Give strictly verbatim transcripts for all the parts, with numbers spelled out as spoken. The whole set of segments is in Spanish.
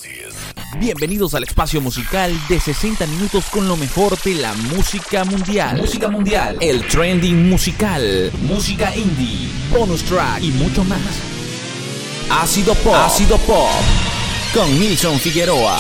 Bienvenidos al espacio musical de sesenta minutos con lo mejor de la música mundial. Música mundial, el trending musical, música indie, bonus track y mucho más. Ácido Pop, Ácido Pop con Nilson Figueroa.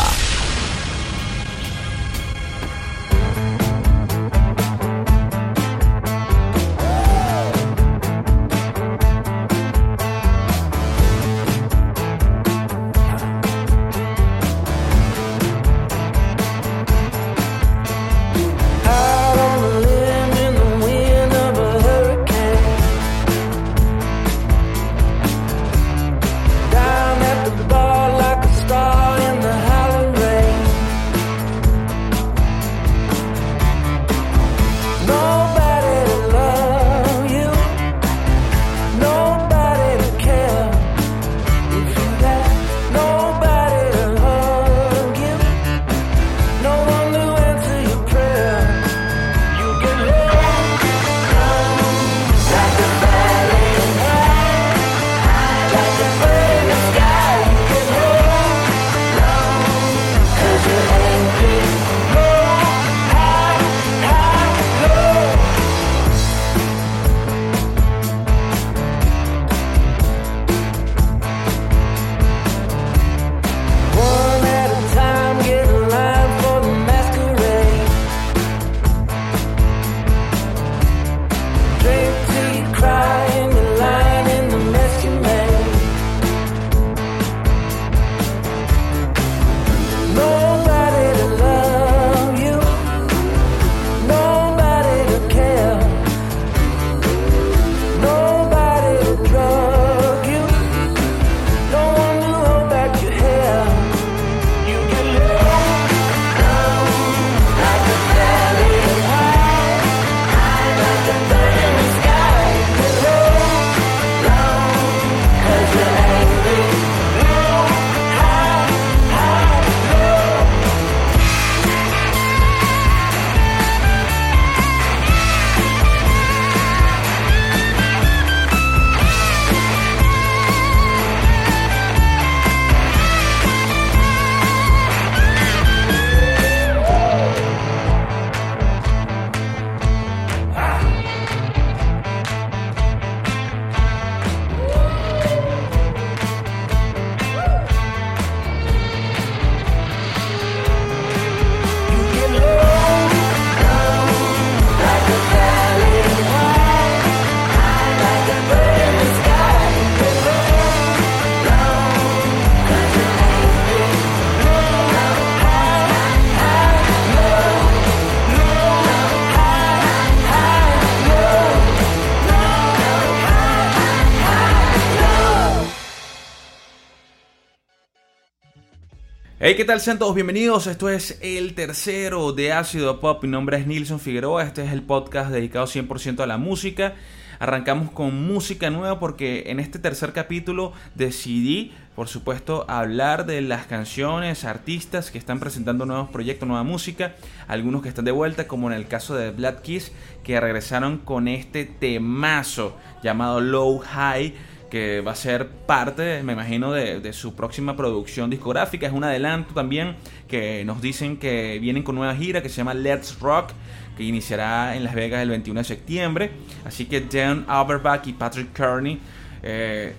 Hey, ¿qué tal? Sean todos bienvenidos. Esto es el tercero de Ácido Pop. Mi nombre es Nilson Figueroa. Este es el podcast dedicado cien por ciento a la música. Arrancamos con música nueva porque en este tercer capítulo decidí, por supuesto, hablar de las canciones, artistas que están presentando nuevos proyectos, nueva música. Algunos que están de vuelta, como en el caso de Black Keys, que regresaron con este temazo llamado Low High, que va a ser parte, me imagino, de, de su próxima producción discográfica. Es un adelanto también que nos dicen que vienen con nueva gira que se llama Let's Rock, que iniciará en Las Vegas el veintiuno de septiembre. Así que Dan Auerbach y Patrick Kearney eh,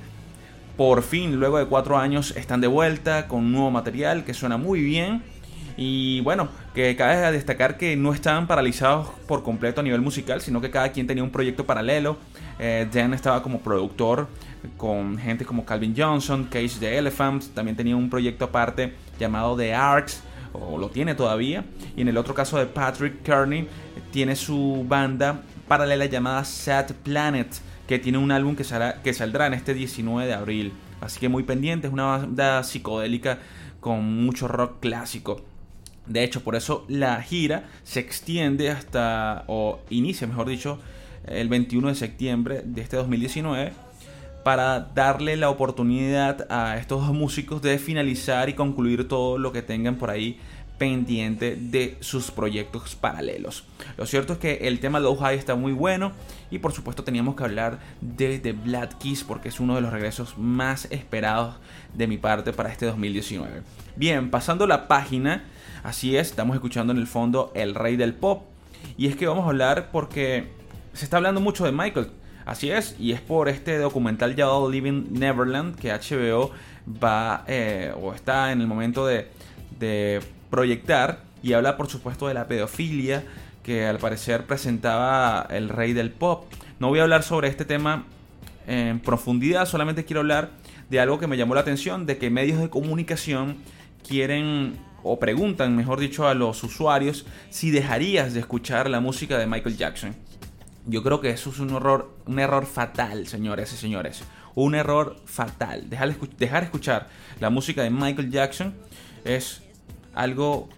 por fin, luego de cuatro años, están de vuelta con nuevo material que suena muy bien. Y bueno, que cabe destacar que no estaban paralizados por completo a nivel musical, sino que cada quien tenía un proyecto paralelo. Eh, Dan estaba como productor con gente como Calvin Johnson, Cage the Elephant. También tenía un proyecto aparte llamado The Arcs, o lo tiene todavía. Y en el otro caso de Patrick Kearney, tiene su banda paralela llamada Sad Planet, que tiene un álbum que, saldrá, que saldrá en este diecinueve de abril. Así que muy pendiente, es una banda psicodélica con mucho rock clásico. De hecho, por eso la gira se extiende hasta, o inicia, mejor dicho, el veintiuno de septiembre de este dos mil diecinueve, para darle la oportunidad a estos dos músicos de finalizar y concluir todo lo que tengan por ahí pendiente de sus proyectos paralelos. Lo cierto es que el tema Low-Hi está muy bueno y por supuesto teníamos que hablar de The Black Keys porque es uno de los regresos más esperados de mi parte para este dos mil diecinueve. Bien, pasando la página, así es, estamos escuchando en el fondo El Rey del Pop y es que vamos a hablar porque se está hablando mucho de Michael. Así es, y es por este documental llamado Living Neverland que H B O va eh, o está en el momento de, de proyectar y habla por supuesto de la pedofilia que al parecer presentaba el rey del pop. No voy a hablar sobre este tema en profundidad, solamente quiero hablar de algo que me llamó la atención, de que medios de comunicación quieren o preguntan, mejor dicho, a los usuarios si dejarías de escuchar la música de Michael Jackson. Yo creo que eso es un error, un error fatal, señores y señores. Un error fatal. Dejar, dejar escuchar la música de Michael Jackson es algo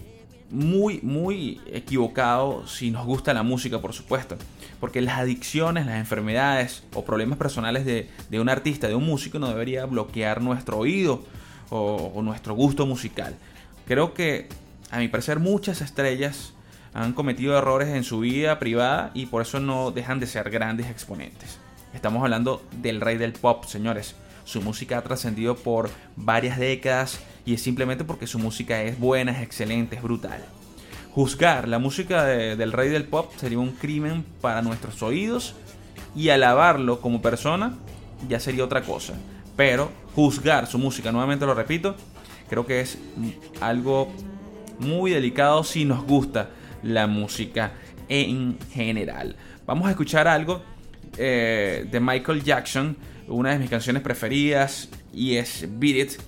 muy, muy equivocado si nos gusta la música, por supuesto. Porque las adicciones, las enfermedades o problemas personales de, de un artista, de un músico, no debería bloquear nuestro oído o, o nuestro gusto musical. Creo que, a mi parecer, muchas estrellas han cometido errores en su vida privada y por eso no dejan de ser grandes exponentes. Estamos hablando del rey del pop, señores. Su música ha trascendido por varias décadas y es simplemente porque su música es buena, es excelente, es brutal. Juzgar la música de, del rey del pop sería un crimen para nuestros oídos y alabarlo como persona ya sería otra cosa. Pero juzgar su música, nuevamente lo repito, creo que es algo muy delicado si nos gusta la música en general. Vamos a escuchar algo eh, de Michael Jackson, una de mis canciones preferidas, y es Beat It.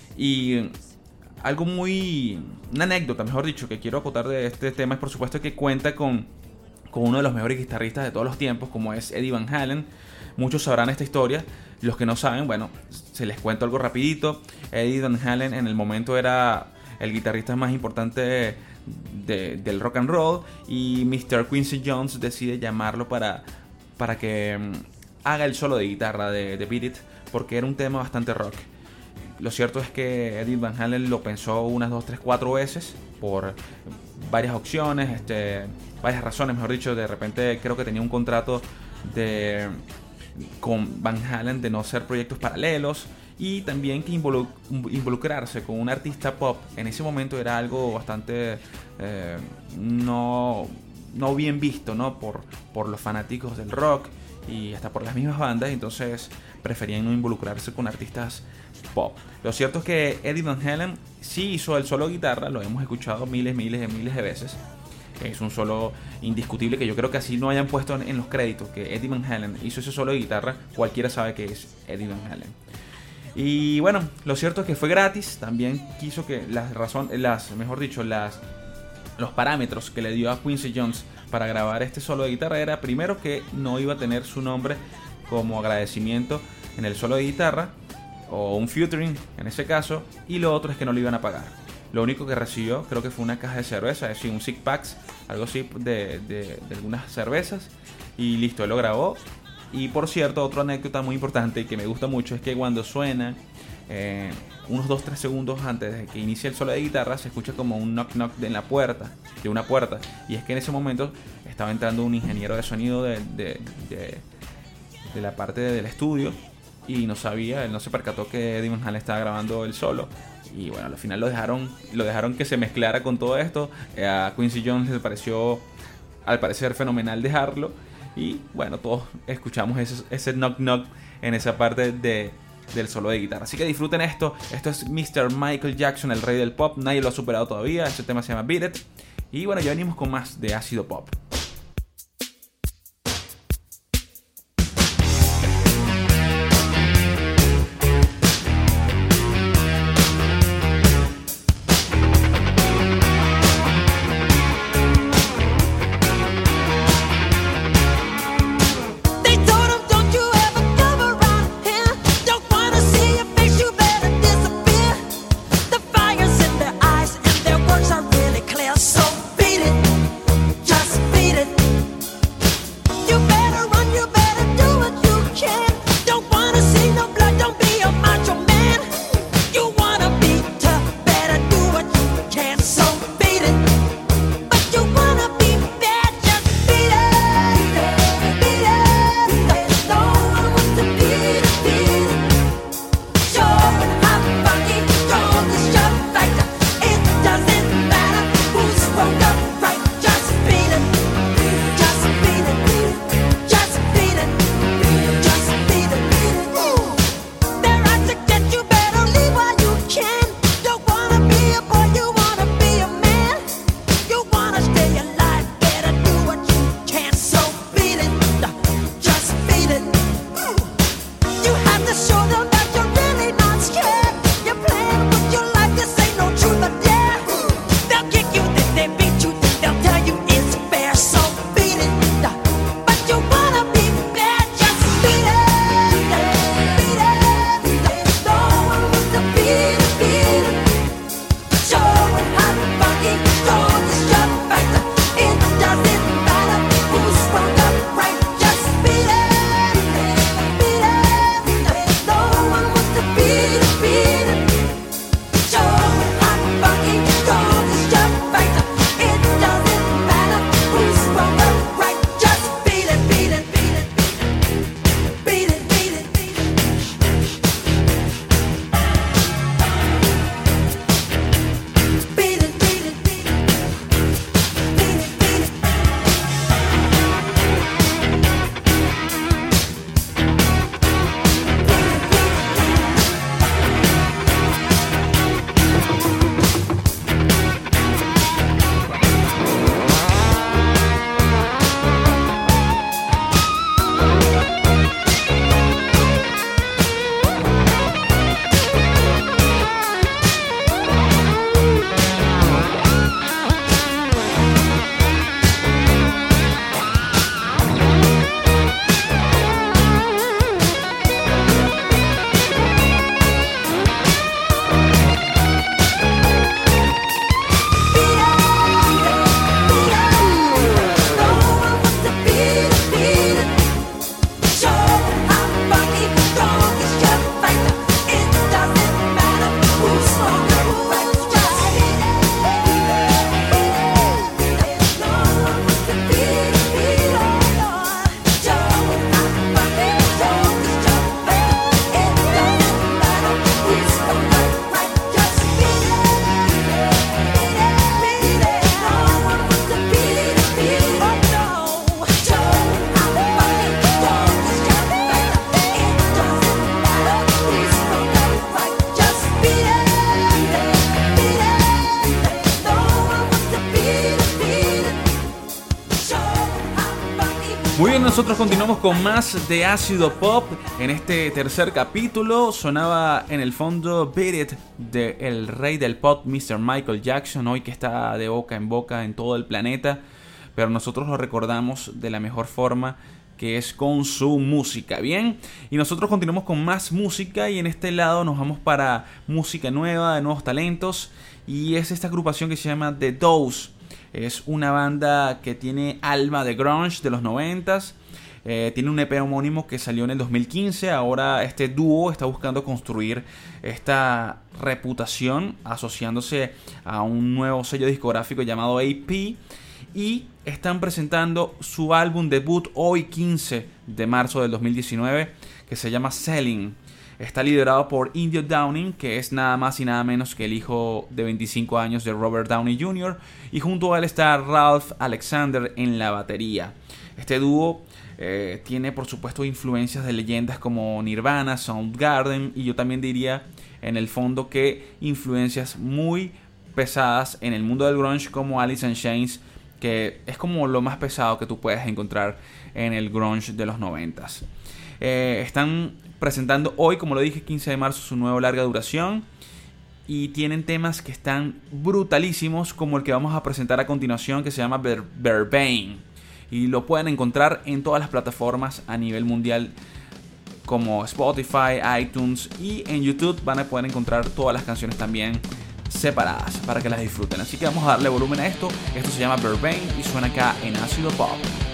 Y algo muy... una anécdota, mejor dicho, que quiero acotar de este tema es por supuesto que cuenta con, con uno de los mejores guitarristas de todos los tiempos, como es Eddie Van Halen. Muchos sabrán esta historia. Los que no saben, bueno, se les cuento algo rapidito. Eddie Van Halen en el momento era el guitarrista más importante de, de, del rock and roll, y mister Quincy Jones decide llamarlo para, para que um, haga el solo de guitarra de, de Beat It, porque era un tema bastante rock. Lo cierto es que Eddie Van Halen lo pensó unas dos, tres, cuatro veces por varias opciones, este, varias razones, mejor dicho. De repente creo que tenía un contrato de, con Van Halen de no hacer proyectos paralelos, y también que involu involucrarse con un artista pop en ese momento era algo bastante eh, no, no bien visto, ¿no? por, por los fanáticos del rock y hasta por las mismas bandas. Entonces preferían no involucrarse con artistas pop. Lo cierto es que Eddie Van Halen sí hizo el solo de guitarra, lo hemos escuchado miles, miles, miles de veces. Es un solo indiscutible que yo creo que así no hayan puesto en, en los créditos que Eddie Van Halen hizo ese solo de guitarra, cualquiera sabe que es Eddie Van Halen. Y bueno, lo cierto es que fue gratis. También quiso que las razones, las, mejor dicho, las, los parámetros que le dio a Quincy Jones para grabar este solo de guitarra era primero que no iba a tener su nombre como agradecimiento en el solo de guitarra, o un featuring en ese caso, y lo otro es que no le iban a pagar. Lo único que recibió creo que fue una caja de cerveza, es decir, un six packs, algo así de, de, de algunas cervezas, y listo, él lo grabó. Y por cierto, otra anécdota muy importante y que me gusta mucho es que cuando suena eh, unos dos tres segundos antes de que inicie el solo de guitarra, se escucha como un knock knock de la puerta, de una puerta, y es que en ese momento estaba entrando un ingeniero de sonido de, de, de, de la parte del estudio y no sabía, él no se percató que Eddie Van Halen estaba grabando el solo. Y bueno, al final lo dejaron, lo dejaron que se mezclara con todo esto. A Quincy Jones le pareció, al parecer, fenomenal dejarlo. Y bueno, todos escuchamos ese, ese knock knock en esa parte de, del solo de guitarra. Así que disfruten esto. Esto es mister Michael Jackson, el rey del pop. Nadie lo ha superado todavía. Este tema se llama Beat It. Y bueno, ya venimos con más de Ácido Pop. Just be nosotros continuamos con más de Ácido Pop. En este tercer capítulo sonaba en el fondo Beat It de el rey del pop, mister Michael Jackson, hoy que está de boca en boca en todo el planeta, pero nosotros lo recordamos de la mejor forma, que es con su música, ¿bien? Y nosotros continuamos con más música y en este lado nos vamos para música nueva, de nuevos talentos, y es esta agrupación que se llama The Doors. Es una banda que tiene alma de grunge de los noventas. Eh, tiene un E P homónimo que salió en el dos mil quince. Ahora este dúo está buscando construir esta reputación asociándose a un nuevo sello discográfico llamado A P. Y están presentando su álbum debut hoy quince de marzo del dos mil diecinueve, que se llama Selling. Está liderado por Indio Downing, que es nada más y nada menos que el hijo de veinticinco años de Robert Downey junior Y junto a él está Ralph Alexander en la batería. Este dúo eh, tiene por supuesto influencias de leyendas como Nirvana, Soundgarden, y yo también diría en el fondo que influencias muy pesadas en el mundo del grunge como Alice in Chains, que es como lo más pesado que tú puedes encontrar en el grunge de los noventas. Eh, están presentando hoy, como lo dije, quince de marzo, su nuevo larga duración. Y tienen temas que están brutalísimos, como el que vamos a presentar a continuación, que se llama Ver- Vervain. Y lo pueden encontrar en todas las plataformas a nivel mundial, como Spotify, iTunes, y en YouTube van a poder encontrar todas las canciones también separadas para que las disfruten. Así que vamos a darle volumen a esto. Esto se llama Vervain y suena acá en Ácido Pop.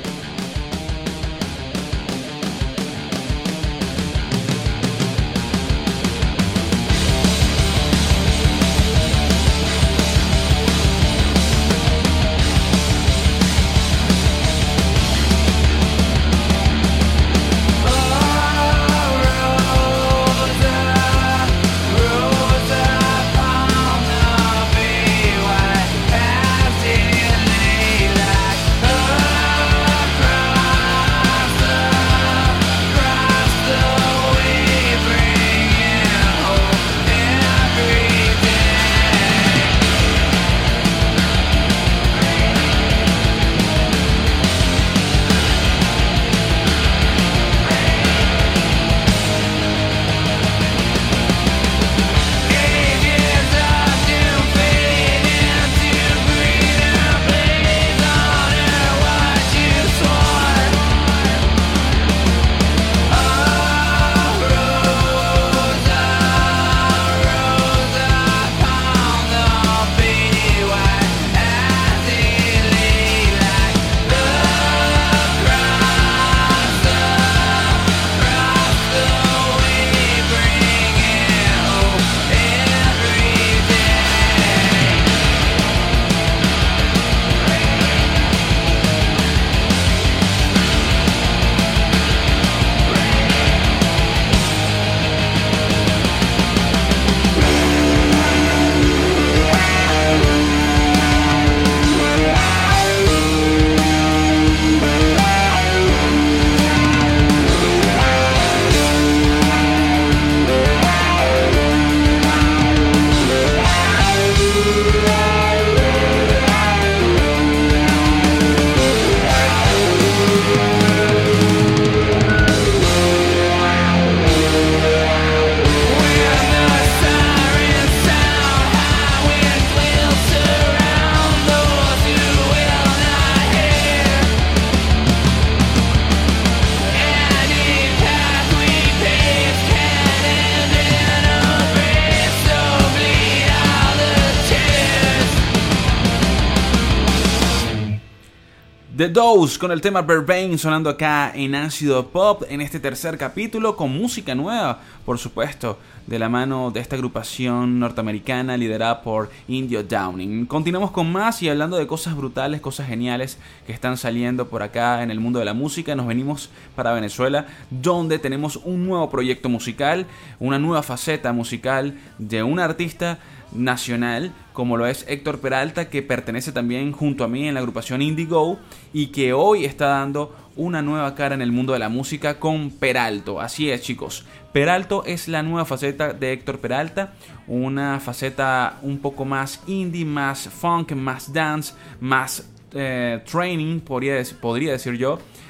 The Doors con el tema Vervain sonando acá en Ácido Pop en este tercer capítulo con música nueva, por supuesto, de la mano de esta agrupación norteamericana liderada por Indio Downing. Continuamos con más y hablando de cosas brutales, cosas geniales que están saliendo por acá en el mundo de la música. Nos venimos para Venezuela, donde tenemos un nuevo proyecto musical, una nueva faceta musical de un artista nacional como lo es Héctor Peralta, que pertenece también junto a mí en la agrupación Indigo y que hoy está dando una nueva cara en el mundo de la música con Peralto. Así es, chicos, Peralto es la nueva faceta de Héctor Peralta, una faceta un poco más indie, más funk, más dance, más eh, training, podría, podría decir yo,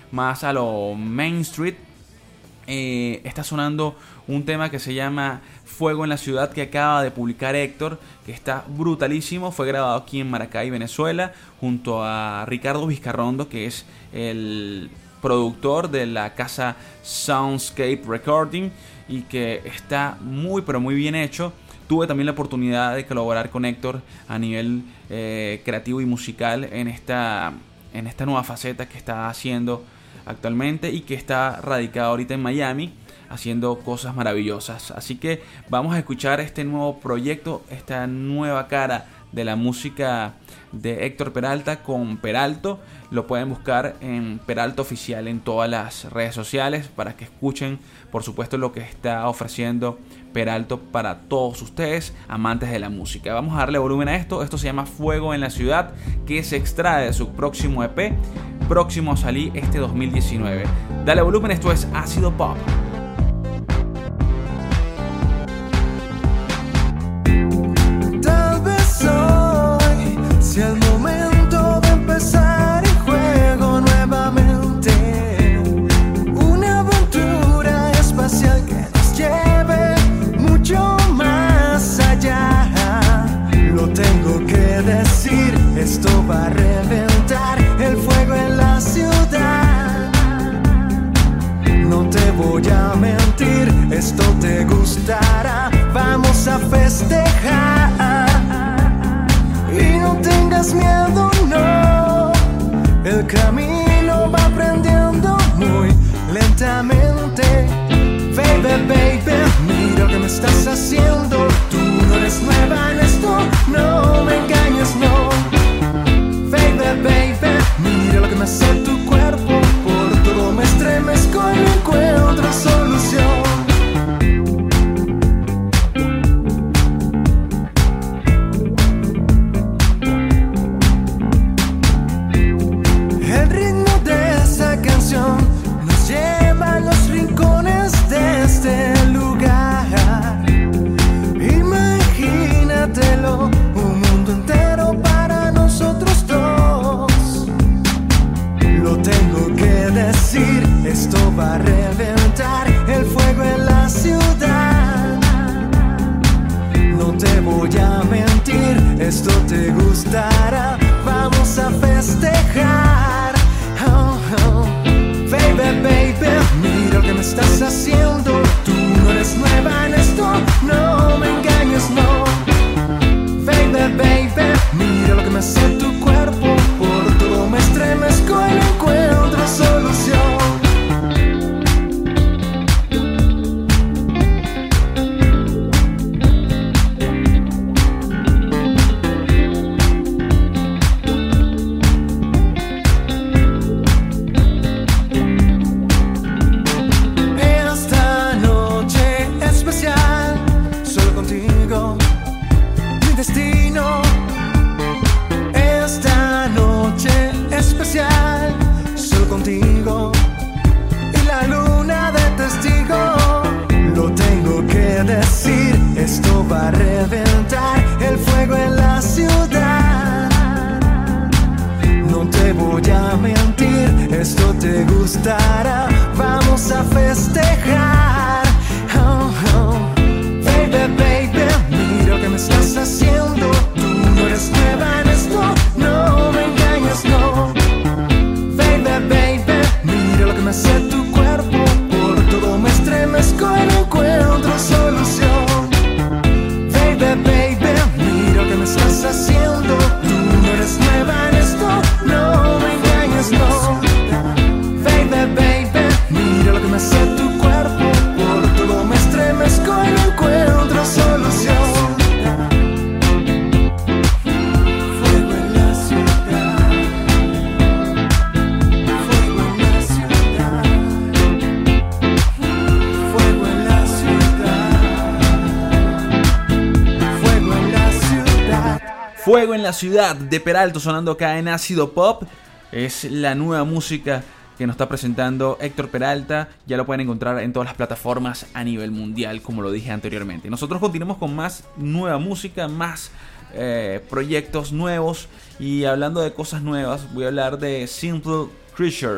más a lo Main Street. Eh, está sonando un tema que se llama Fuego en la Ciudad, que acaba de publicar Héctor, que está brutalísimo. Fue grabado aquí en Maracay, Venezuela, junto a Ricardo Vizcarrondo, que es el productor de la casa Soundscape Recording, y que está muy pero muy bien hecho. Tuve también la oportunidad de colaborar con Héctor a nivel eh, creativo y musical en esta, en esta nueva faceta que está haciendo actualmente, y que está radicado ahorita en Miami haciendo cosas maravillosas. Así que vamos a escuchar este nuevo proyecto, esta nueva cara de la música de Héctor Peralta con Peralto. Lo pueden buscar en Peralta Oficial en todas las redes sociales para que escuchen, por supuesto, lo que está ofreciendo Peralto para todos ustedes, amantes de la música. Vamos a darle volumen a esto. Esto se llama Fuego en la Ciudad, que se extrae de su próximo E P, próximo a salir este dos mil diecinueve. Dale volumen, esto es Ácido Pop. Tal vez hoy sea el momento de empezar el juego nuevamente, una aventura espacial que nos lleve mucho más allá. Lo tengo que decir, esto va a reventar el fuego en la ciudad. No te voy a mentir, esto te gustará, vamos a festejar. Y no tengas miedo, no, el camino va aprendiendo muy lentamente. Baby, baby, mira lo que me estás haciendo. Tú no eres nueva en esto, no me engañes, no. Baby, baby, mira lo que me hace tu cuerpo. Por todo me estremezco y no encuentro solución. El ritmo de esa canción nos lleva a los rincones de este lugar. Imagínatelo, un mundo entero para nosotros dos. Lo tengo que decir, esto va a reventar el fuego en la ciudad. No te voy a mentir, esto te gustará, vamos a festejar. Oh, oh. Baby, baby, mira lo que me estás haciendo. Tú no eres nueva en esto, no me engañes, no. Baby, baby, mira lo que me hace tu cuerpo. Por todo me estremezco y no encuentro solución. Solo contigo y la luna de testigo. Lo tengo que decir, esto va a reventar el fuego en la ciudad. No te voy a mentir, esto te gustará, vamos a festejar. Oh, oh. Baby, baby, mira lo que me estás haciendo. Tú no eres nueva en esto, no me engañes, no. Baby, mira lo que me hace tu cuerpo. Por todo me estremezco y no encuentro solución. Baby, baby, mira lo que me estás haciendo. Tú no eres nueva en esto, no me engañes, no. Baby, baby, mira lo que me hace tu cuerpo. Por todo me estremezco y no encuentro solución. Fuego en la Ciudad de Peralto, sonando acá en Ácido Pop. Es la nueva música que nos está presentando Héctor Peralta. Ya lo pueden encontrar en todas las plataformas a nivel mundial, como lo dije anteriormente. Nosotros continuamos con más nueva música, más eh, proyectos nuevos. Y hablando de cosas nuevas, voy a hablar de Simple Creatures,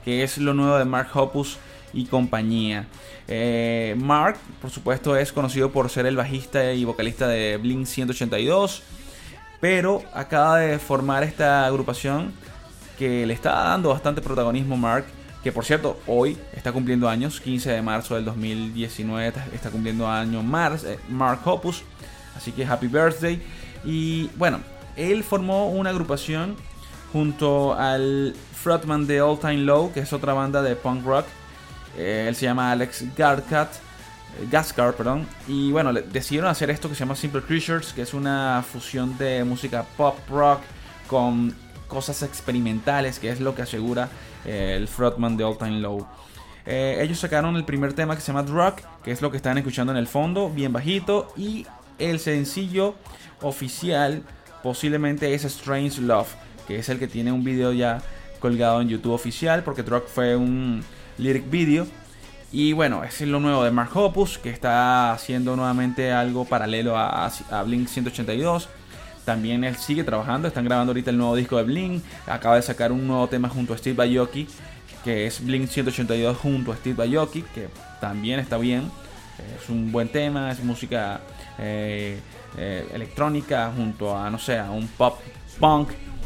que es lo nuevo de Mark Hoppus y compañía. Eh, Mark, por supuesto, es conocido por ser el bajista y vocalista de Blink ciento ochenta y dos, pero acaba de formar esta agrupación que le está dando bastante protagonismo Mark, que por cierto hoy está cumpliendo años, quince de marzo del dos mil diecinueve está cumpliendo años Mars, eh, Mark Hoppus, así que happy birthday. Y bueno, él formó una agrupación junto al frontman de All Time Low, que es otra banda de punk rock. Eh, él se llama Alex Garcat, eh, Gascar, perdón. Y bueno, decidieron hacer esto que se llama Simple Creatures, que es una fusión de música pop rock con cosas experimentales, que es lo que asegura eh, el frontman de All Time Low. Eh, ellos sacaron el primer tema que se llama Drug, que es lo que están escuchando en el fondo, bien bajito, y el sencillo oficial posiblemente es Strange Love, que es el que tiene un video ya colgado en YouTube oficial, porque Drug fue un lyric video. Y bueno, es lo nuevo de Mark Hoppus, que está haciendo nuevamente algo paralelo a, a Blink ciento ochenta y dos. También él sigue trabajando, están grabando ahorita el nuevo disco de Blink. Acaba de sacar un nuevo tema junto a Steve Aoki, que es Blink ciento ochenta y dos junto a Steve Aoki, que también está bien. Es un buen tema, es música eh, eh, electrónica junto a, no sé, a un pop punk.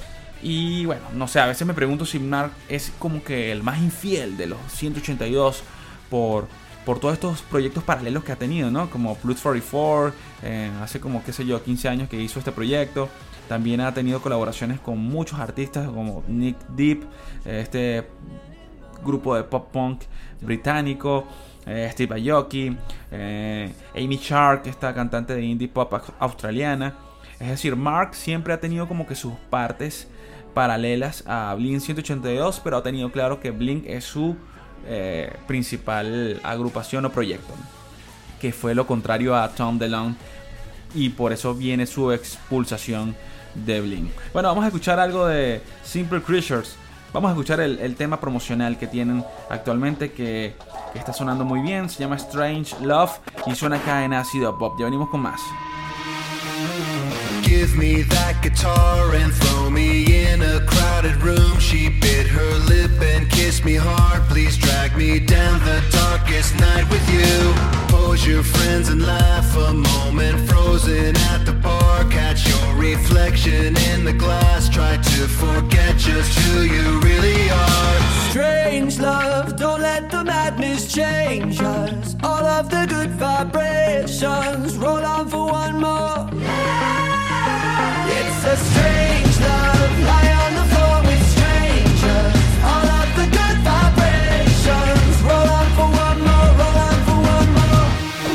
Y bueno, no sé, a veces me pregunto si Mark es como que el más infiel de los ciento ochenta y dos por, por todos estos proyectos paralelos que ha tenido, ¿no? Como Plus cuarenta y cuatro, eh, hace como, qué sé yo, quince años que hizo este proyecto. También ha tenido colaboraciones con muchos artistas como Nick Deep, este grupo de pop punk británico, eh, Steve Aoki, eh, Amy Shark, esta cantante de indie pop australiana. Es decir, Mark siempre ha tenido como que sus partes paralelas a Blink ciento ochenta y dos, pero ha tenido claro que Blink es su eh, principal agrupación o proyecto, que fue lo contrario a Tom DeLonge, y por eso viene su expulsación de Blink. Bueno, vamos a escuchar algo de Simple Creatures. Vamos a escuchar el, el tema promocional que tienen actualmente, que, que está sonando muy bien. Se llama Strange Love y suena acá en Ácido Pop. Ya venimos con más. Give me that guitar and throw me in a crowded room. She bit her lip and kissed me hard. Please drag me down the darkest night with you. Pose your friends and laugh a moment. Frozen at the bar, catch your reflection in the glass. Try to forget just who you really are. Strange love, don't let the madness change us. All of the good vibrations roll on for one more. It's a strange love, lie on the floor with strangers. All of the good vibrations roll on for one more, roll on for one more.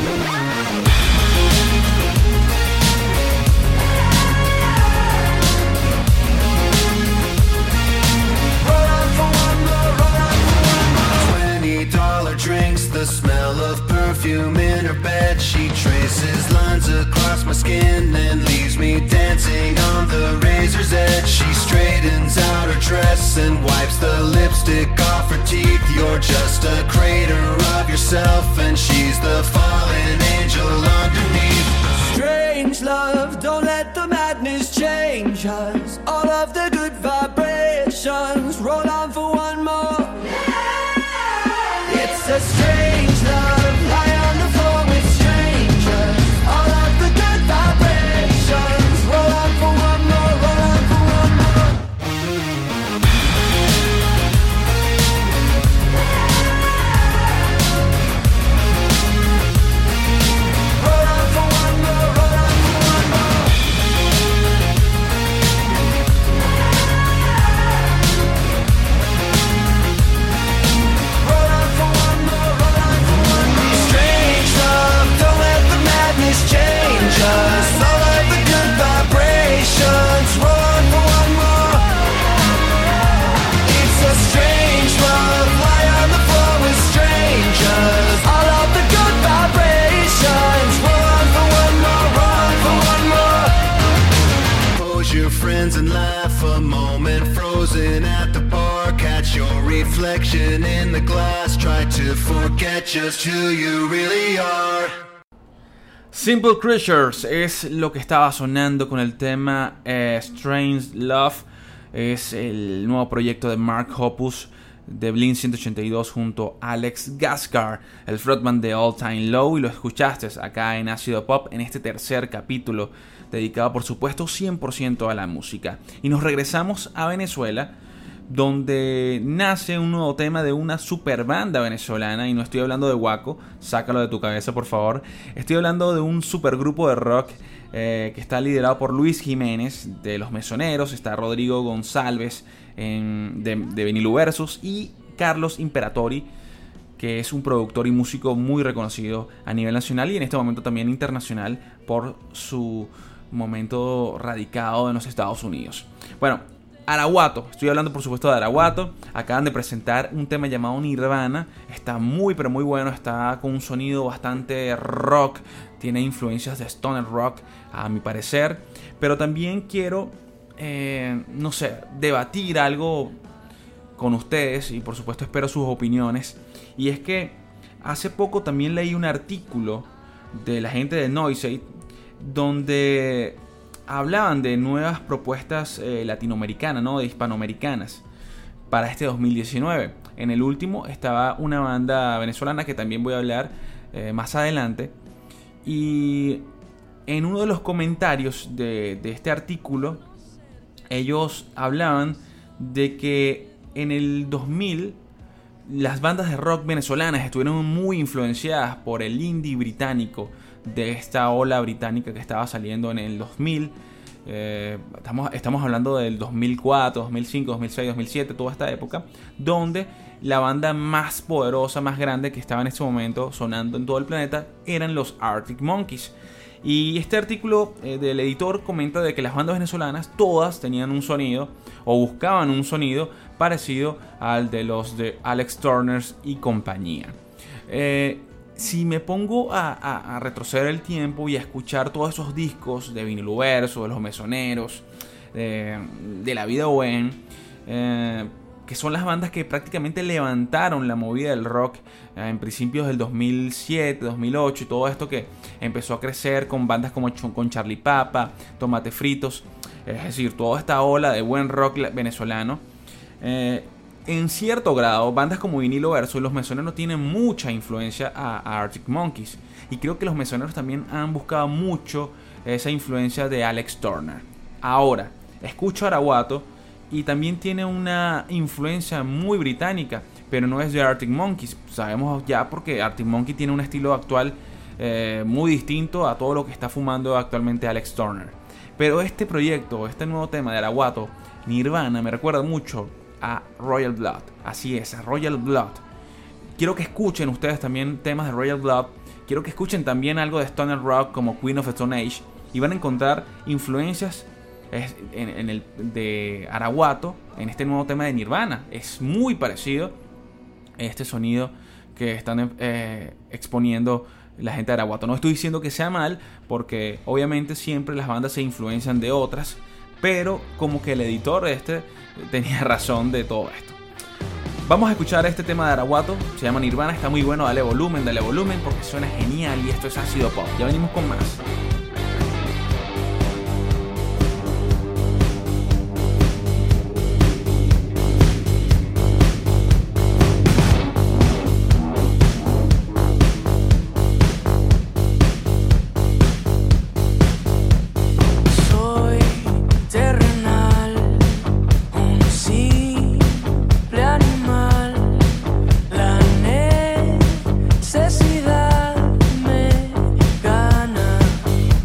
Roll on for one more, roll on for one more. Twenty dollar drinks, the smell of perfume in her bed. She traces lines across my skin and leaves me dancing on the razor's edge. She straightens out her dress and wipes the lipstick off her teeth. You're just a crater of yourself and she's the fallen angel underneath. Strange love, don't let the madness change us. All of the good vibrations roll on for one more. It's a strange love, lie on the floor with strangers. All of the good vibrations roll on for one more, roll on for one more. Roll on for one more, roll on for one more. Roll on for one more, roll on for one more. Strange love, don't let the madness change us. All of the good vibrations roll on for one more. It's a strange love, lie on the floor with strangers. All of the good vibrations roll on for one more, roll on for one more. Pose your friends and laugh a moment. Frozen at the bar, catch your reflection in the glass. Try to forget just who you really are. Simple Creatures es lo que estaba sonando con el tema eh, Strange Love. Es el nuevo proyecto de Mark Hoppus, de Blink ciento ochenta y dos junto a Alex Gaskar, el frontman de All Time Low, y lo escuchaste acá en Ácido Pop en este tercer capítulo dedicado por supuesto cien por ciento a la música. Y nos regresamos a Venezuela, donde nace un nuevo tema de una super banda venezolana, y no estoy hablando de Guaco, sácalo de tu cabeza por favor. Estoy hablando de un supergrupo de rock eh, que está liderado por Luis Jiménez de Los Mesoneros, está Rodrigo González en, de, de Vinilo Versus, y Carlos Imperatori, que es un productor y músico muy reconocido a nivel nacional y en este momento también internacional por su momento radicado en los Estados Unidos. Bueno, Araguato, estoy hablando por supuesto de Araguato. Acaban de presentar un tema llamado Nirvana. Está muy pero muy bueno, está con un sonido bastante rock, tiene influencias de stoner rock a mi parecer. Pero también quiero, eh, no sé, debatir algo con ustedes y por supuesto espero sus opiniones. Y es que hace poco también leí un artículo de la gente de Noisey donde hablaban de nuevas propuestas eh, latinoamericanas, ¿no? De hispanoamericanas para este dos mil diecinueve. En el último estaba una banda venezolana que también voy a hablar eh, más adelante. Y en uno de los comentarios de, de este artículo, ellos hablaban de que en el dos mil las bandas de rock venezolanas estuvieron muy influenciadas por el indie británico, de esta ola británica que estaba saliendo en el dos mil. Eh, estamos, estamos hablando del dos mil cuatro, dos mil cinco, dos mil seis, dos mil siete, toda esta época, donde la banda más poderosa, más grande que estaba en ese momento sonando en todo el planeta eran los Arctic Monkeys. Y este artículo eh, del editor comenta de que las bandas venezolanas todas tenían un sonido o buscaban un sonido parecido al de los de Alex Turner y compañía. Eh, Si me pongo a, a, a retroceder el tiempo y a escuchar todos esos discos de Vinilo Versus, de Los Mesoneros, de, de La Vida Buen, eh, que son las bandas que prácticamente levantaron la movida del rock eh, en principios del dos mil siete, dos mil ocho, y todo esto que empezó a crecer con bandas como Ch- con Charlie Papa, Tomate Fritos, es decir, toda esta ola de buen rock venezolano. Eh, En cierto grado, bandas como Vinilo Versus y Los Mesoneros tienen mucha influencia a, a Arctic Monkeys. Y creo que Los Mesoneros también han buscado mucho esa influencia de Alex Turner. Ahora, escucho Araguato y también tiene una influencia muy británica, pero no es de Arctic Monkeys. Sabemos ya porque Arctic Monkey tiene un estilo actual eh, muy distinto a todo lo que está fumando actualmente Alex Turner. Pero este proyecto, este nuevo tema de Araguato, Nirvana, me recuerda mucho a Royal Blood. Así es, a Royal Blood. Quiero que escuchen ustedes también temas de Royal Blood. Quiero que escuchen también algo de stoner rock como Queen of the Stone Age. Y van a encontrar influencias en, en el de Araguato en este nuevo tema de Nirvana. Es muy parecido este sonido que están eh, exponiendo la gente de Araguato. No estoy diciendo que sea mal, porque obviamente siempre las bandas se influencian de otras, pero como que el editor este tenía razón de todo esto. Vamos a escuchar este tema de Araguato, se llama Nirvana, está muy bueno, dale volumen, dale volumen porque suena genial y esto es Ácido Pop. Ya venimos con más. Necesidad me gana.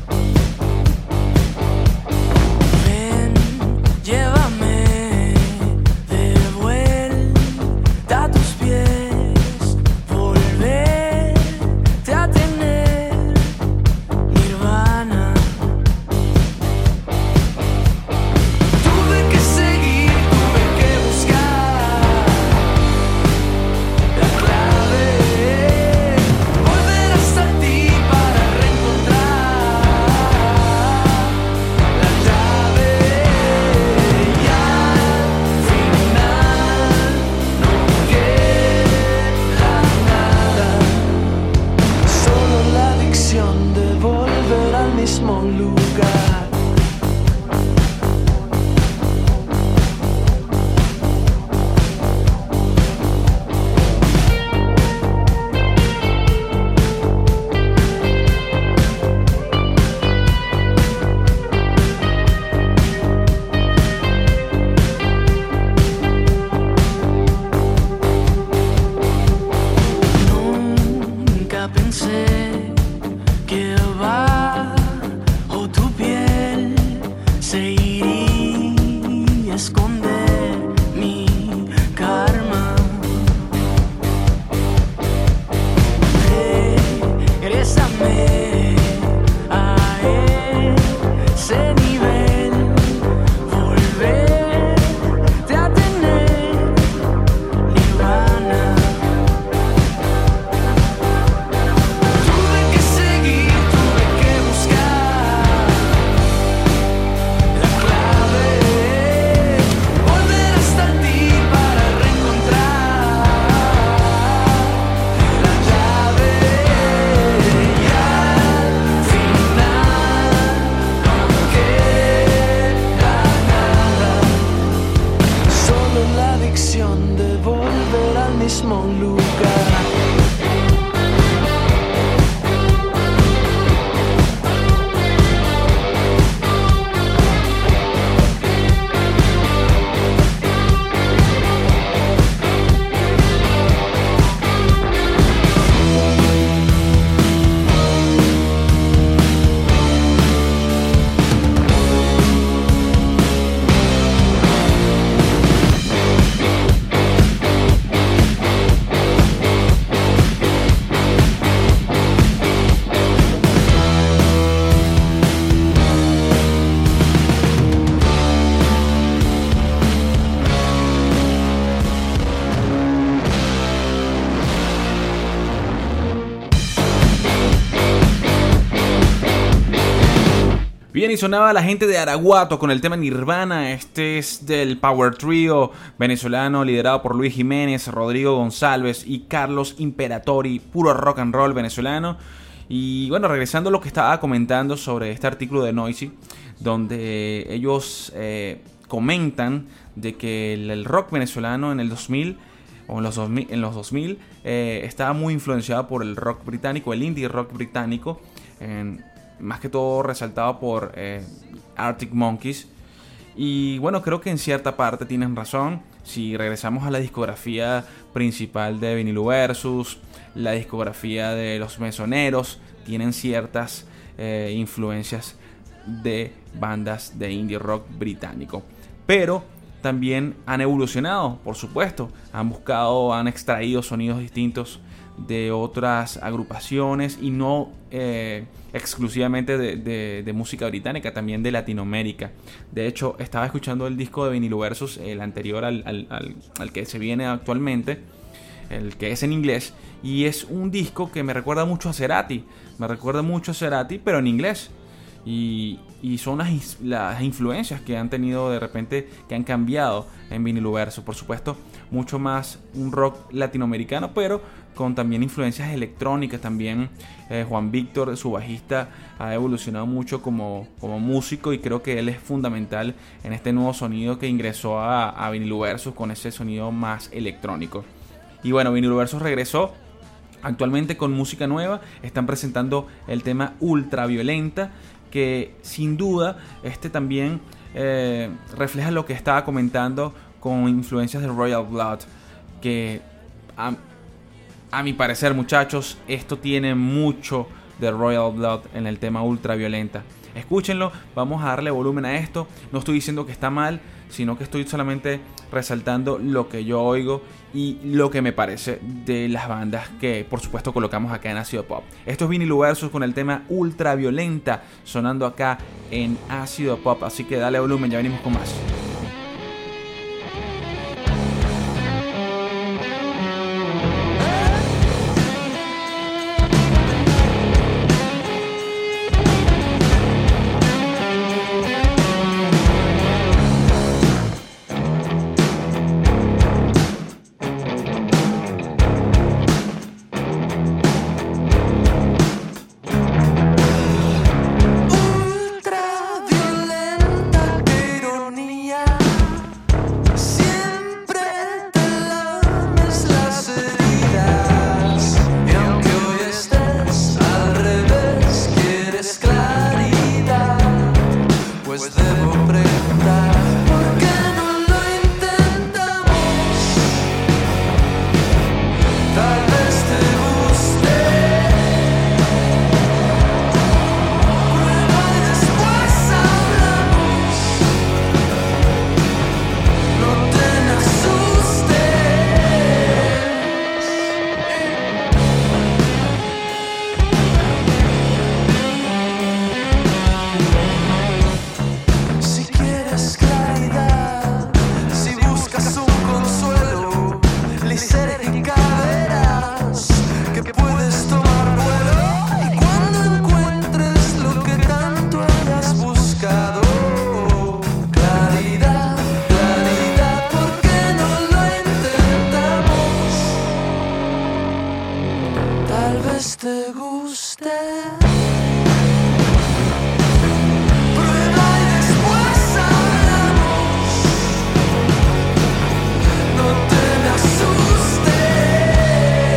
buscar. Bien, y sonaba la gente de Araguato con el tema Nirvana. Este es del Power Trio venezolano liderado por Luis Jiménez, Rodrigo González y Carlos Imperatori, puro rock and roll venezolano. Y bueno, regresando a lo que estaba comentando sobre este artículo de Noisy, donde ellos eh, comentan de que el, el rock venezolano en el dos mil o en los dos mil, en los dos mil eh, estaba muy influenciado por el rock británico, el indie rock británico, en más que todo resaltado por eh, Arctic Monkeys. Y bueno, creo que en cierta parte tienen razón. Si regresamos a la discografía principal de Vinilo Versus, la discografía de Los Mesoneros, tienen ciertas eh, influencias de bandas de indie rock británico, pero también han evolucionado, por supuesto. Han buscado, han extraído sonidos distintos de otras agrupaciones y no eh, exclusivamente de, de, de música británica, también de Latinoamérica. De hecho, estaba escuchando el disco de Vinilo Versus, el anterior al, al, al, al que se viene actualmente, el que es en inglés, y es un disco que me recuerda mucho a Cerati, me recuerda mucho a Cerati, pero en inglés. Y, y son las, las influencias que han tenido de repente, que han cambiado en Vinilo Versus. Por supuesto, mucho más un rock latinoamericano, pero con también influencias electrónicas. También eh, Juan Víctor, su bajista, ha evolucionado mucho como, como músico, y creo que él es fundamental en este nuevo sonido que ingresó a, a Vinilo Versus, con ese sonido más electrónico. Y bueno, Vinilo Versus regresó actualmente con música nueva. Están presentando el tema Ultraviolenta, que sin duda este también eh, refleja lo que estaba comentando, con influencias de Royal Blood, que a, a mi parecer, muchachos, esto tiene mucho de Royal Blood en el tema Ultraviolenta. Escúchenlo, vamos a darle volumen a esto. No estoy diciendo que está mal, sino que estoy solamente resaltando lo que yo oigo y lo que me parece de las bandas que, por supuesto, colocamos acá en Ácido Pop. Esto es Vinilo Versus con el tema Ultraviolenta, sonando acá en Ácido Pop. Así que dale volumen, ya venimos con más. Ultraviolenta, qué ironía. Siempre te lames las heridas. Y aunque hoy estés al revés, quieres claridad. Pues debo preguntar, ¿por qué no lo intentamos? Tal vez te guste. Prueba y después hablamos. No te me asustes. Si quieres claridad, si buscas un consuelo, lisérgica verás que puedes tomar vuelo. Y cuando encuentres lo que tanto hayas buscado, claridad, claridad, ¿por qué no lo intentamos? Tal vez te guste. Prueba y después hablamos. No te me asustes.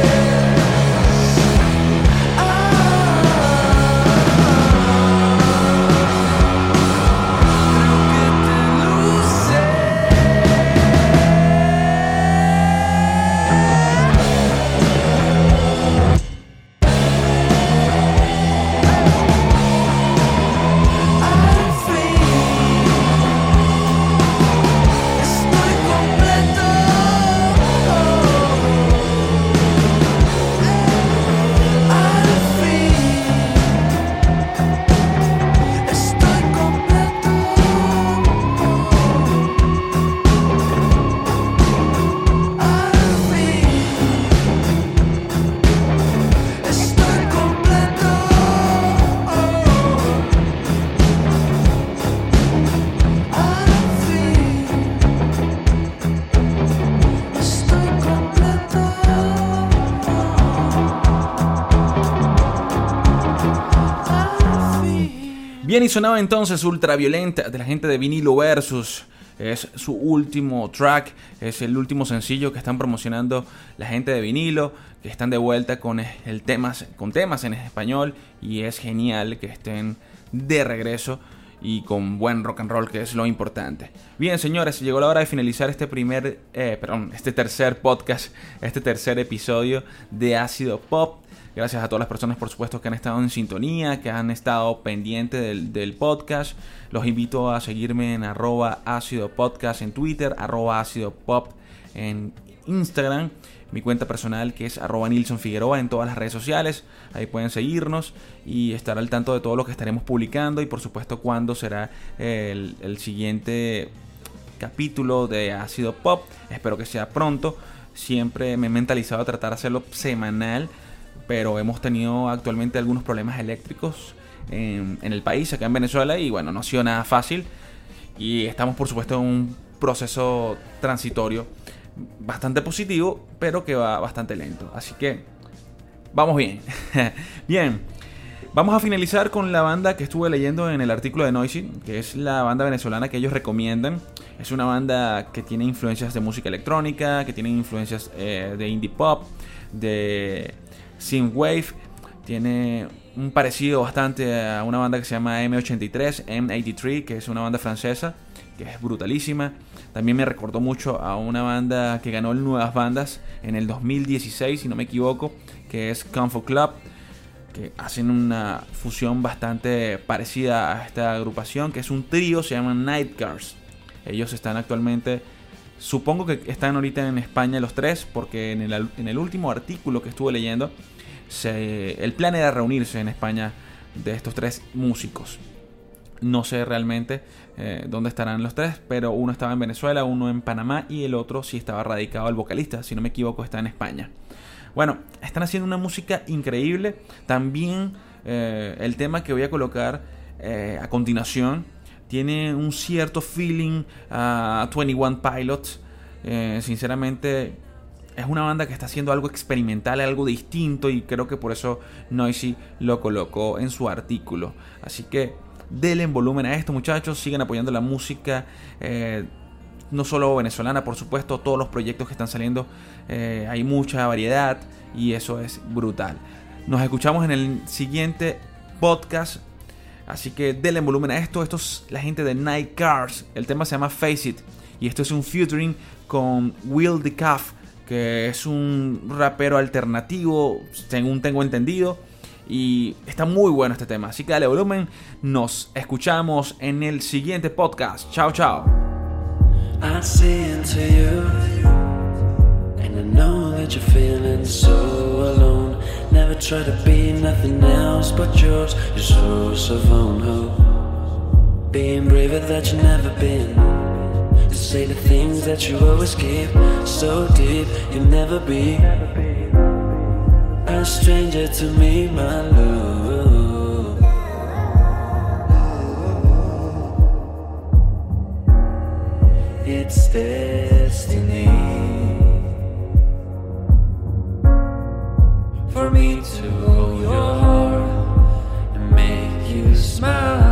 Bien, y sonaba entonces Ultraviolenta de la gente de Vinilo Versus. Es su último track, es el último sencillo que están promocionando la gente de Vinilo, que están de vuelta con, el temas, con temas en español, y es genial que estén de regreso y con buen rock and roll, que es lo importante. Bien, señores, llegó la hora de finalizar este primer, eh, perdón, este tercer podcast, este tercer episodio de Ácido Pop. Gracias a todas las personas, por supuesto, que han estado en sintonía, que han estado pendientes del, del podcast. Los invito a seguirme en arroba ácido podcast en Twitter, arroba ácido pop en Instagram. Mi cuenta personal, que es arroba Nilson Figueroa en todas las redes sociales. Ahí pueden seguirnos y estar al tanto de todo lo que estaremos publicando. Y por supuesto, cuándo será el, el siguiente capítulo de Ácido Pop. Espero que sea pronto. Siempre me he mentalizado a tratar de hacerlo semanal, pero hemos tenido actualmente algunos problemas eléctricos en, en el país, acá en Venezuela, y bueno, no ha sido nada fácil. Y estamos, por supuesto, en un proceso transitorio bastante positivo, pero que va bastante lento. Así que vamos bien. Bien, vamos a finalizar con la banda que estuve leyendo en el artículo de Noisy, que es la banda venezolana que ellos recomiendan. Es una banda que tiene influencias de música electrónica, que tiene influencias eh, de indie pop, de synthwave. Tiene un parecido bastante a una banda que se llama M ochenta y tres, M ochenta y tres, que es una banda francesa, que es brutalísima. También me recordó mucho a una banda que ganó el Nuevas Bandas en el dos mil dieciséis, si no me equivoco, que es Kung Fu Club, que hacen una fusión bastante parecida a esta agrupación, que es un trío, se llaman Night Cars. Ellos están actualmente, supongo que están ahorita en España los tres, porque en el, en el último artículo que estuve leyendo, se, el plan era reunirse en España de estos tres músicos. No sé realmente eh, dónde estarán los tres, pero uno estaba en Venezuela, uno en Panamá y el otro sí estaba radicado, el vocalista, si no me equivoco, está en España. Bueno, están haciendo una música increíble. También eh, el tema que voy a colocar eh, a continuación tiene un cierto feeling a veintiuno Pilots. Eh, sinceramente, es una banda que está haciendo algo experimental, algo distinto, y creo que por eso Noisy lo colocó en su artículo. Así que denle volumen a esto, muchachos. Sigan apoyando la música, eh, no solo venezolana, por supuesto, todos los proyectos que están saliendo. Eh, hay mucha variedad y eso es brutal. Nos escuchamos en el siguiente podcast. Así que denle volumen a esto. Esto es la gente de Night Cars. El tema se llama Face It. Y esto es un featuring con Will the Calf, que es un rapero alternativo, según tengo entendido. Y está muy bueno este tema. Así que dale volumen. Nos escuchamos en el siguiente podcast. Chao, chao. I see into you, and I know that you're feeling so alone. Never try to be nothing else but yours. Your source of own hope, being braver that you've never been, to say the things that you always keep so deep. You'll never be a stranger to me, my love. It's destiny for me to hold your heart and make you smile.